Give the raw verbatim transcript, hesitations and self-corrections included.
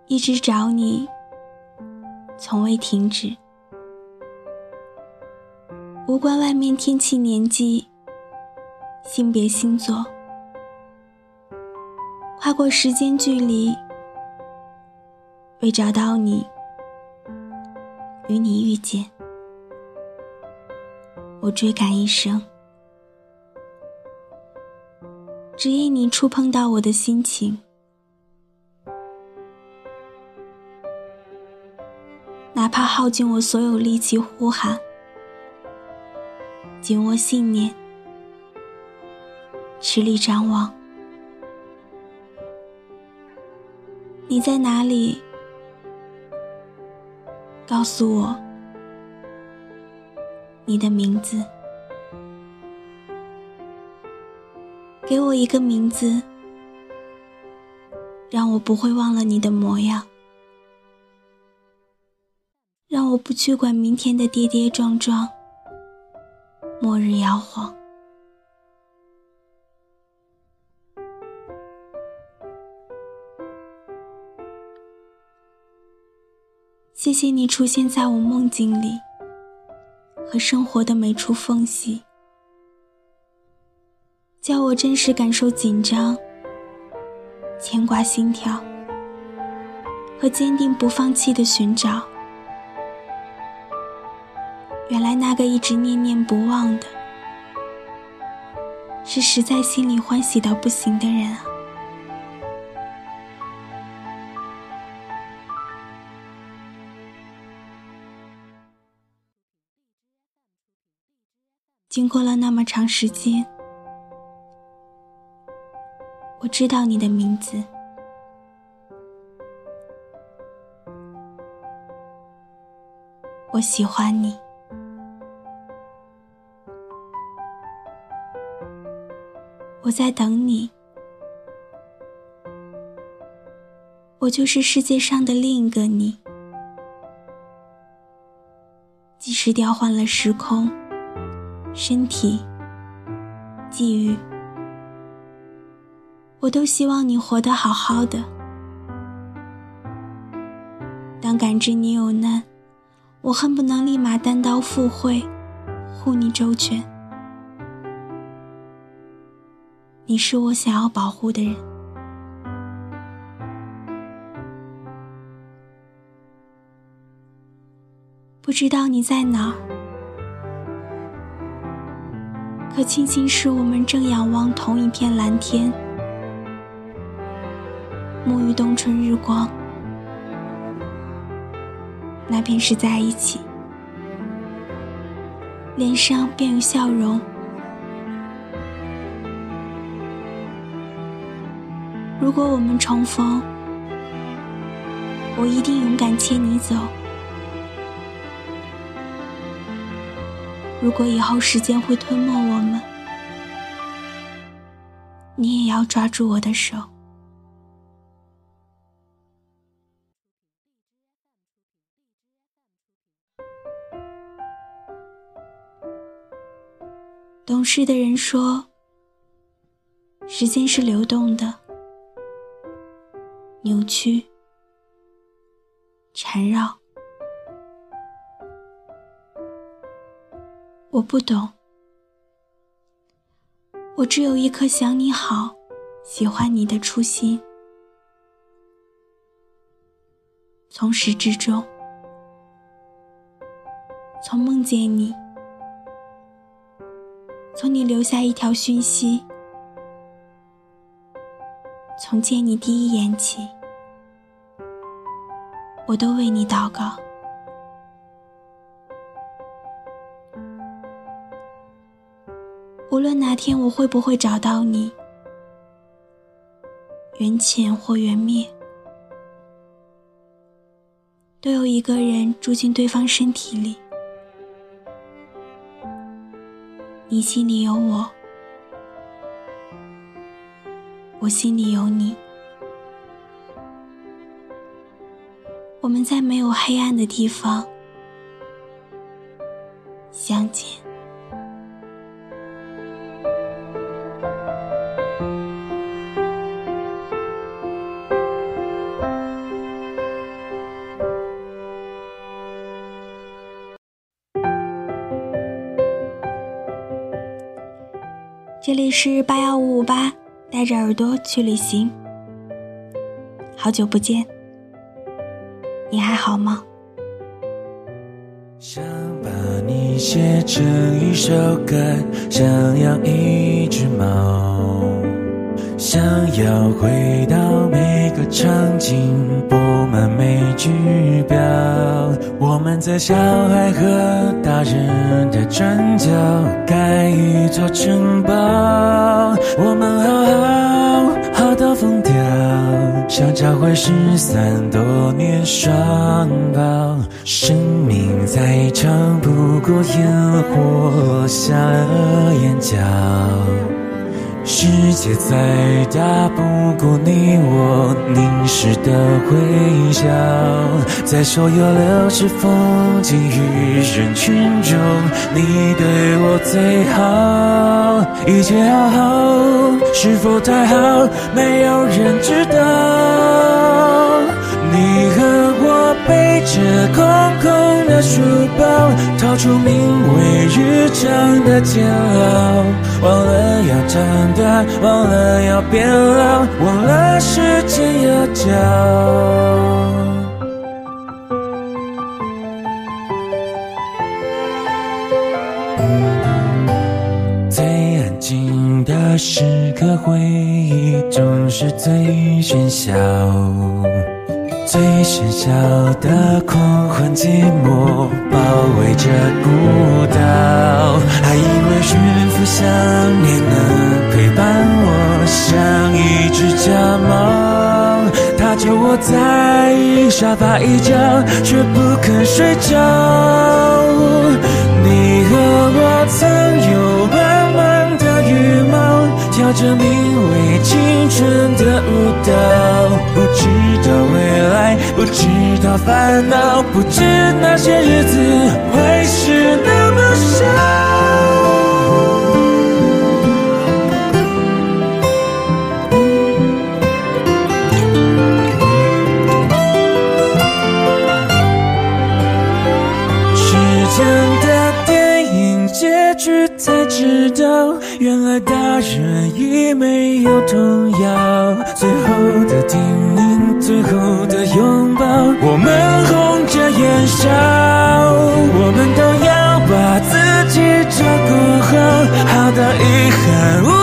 一直找你，从未停止。无关外面天气年纪，性别星座，跨过时间距离，为找到你，与你遇见，我追赶一生，只因你触碰到我的心情。哪怕耗尽我所有力气呼喊，紧握信念，吃力张望。你在哪里？告诉我你的名字，给我一个名字，让我不会忘了你的模样，让我不去管明天的跌跌撞撞，末日摇晃。谢谢你出现在我梦境里和生活的每处缝隙，叫我真实感受紧张、牵挂心跳和坚定不放弃的寻找。原来那个一直念念不忘的，是实在心里欢喜到不行的人啊。经过了那么长时间，我知道你的名字，我喜欢你。我在等你，我就是世界上的另一个你。即使调换了时空、身体、际遇，我都希望你活得好好的。当感知你有难，我恨不能立马单刀赴会，护你周全。你是我想要保护的人。不知道你在哪儿，可庆幸是我们正仰望同一片蓝天，沐浴冬春日光，那便是在一起，脸上便有笑容。如果我们重逢，我一定勇敢牵你走。如果以后时间会吞没我们，你也要抓住我的手。懂事的人说，时间是流动的，扭曲，缠绕。我不懂，我只有一颗想你好、喜欢你的初心。从始至终，从梦见你，从你留下一条讯息，从见你第一眼起，我都为你祷告。无论哪天我会不会找到你，缘浅或缘灭，都有一个人住进对方身体里。你心里有我，我心里有你。我们在没有黑暗的地方相见。 这里是八幺五五八，带着耳朵去旅行。好久不见，你还好吗？ 想把你写成一首歌，想养一只猫，想要回到每个场景，布满每句标。我们在小孩和大人的转角盖一座城堡，我们好好好到疯掉，想找回失散多年双胞。生命再长不过烟火下了眼角，世界再大不过你我凝视的微笑，在所有流逝风景与人群中，你对我最好。一切好好，是否太好，没有人知道。你和我背着空空的书包，逃出名为日常的煎熬，忘了要长大，忘了要变老，忘了时间要教。最安静的时刻，回忆总是最喧嚣，最喧嚣的狂欢寂寞包围着孤岛，还以为驯服想念能陪伴我，像一只家猫，它就窝在沙发一角，却不肯睡觉。你和我曾有满满的羽毛，跳着名为青春的舞蹈，不知道未来，不知道烦恼，不知那些日子会是那么少。时间的电影结局才知道，原来大人已没有童谣，最后的叮咛，最后的拥抱，我们红着眼笑，我们都要把自己照顾好，好到遗憾